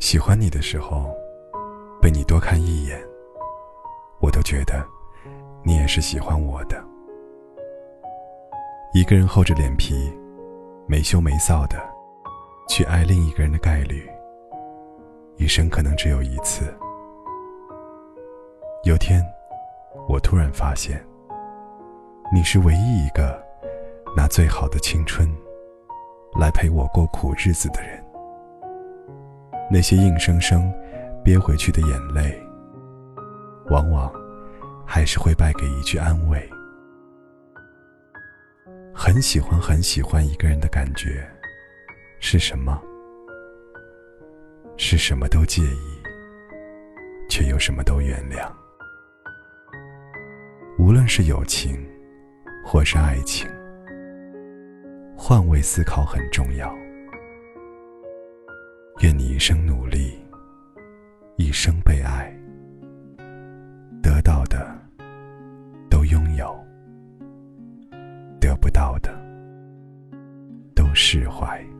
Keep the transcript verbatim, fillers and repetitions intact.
喜欢你的时候，被你多看一眼，我都觉得你也是喜欢我的。一个人厚着脸皮，没羞没臊的去爱另一个人的概率，一生可能只有一次。有天，我突然发现，你是唯一一个拿最好的青春来陪我过苦日子的人。那些硬生生憋回去的眼泪，往往还是会败给一句安慰。很喜欢很喜欢一个人的感觉是什么？是什么都介意，却又什么都原谅。无论是友情或是爱情，换位思考很重要。愿你一生努力，一生被爱，得到的都拥有，得不到的都释怀。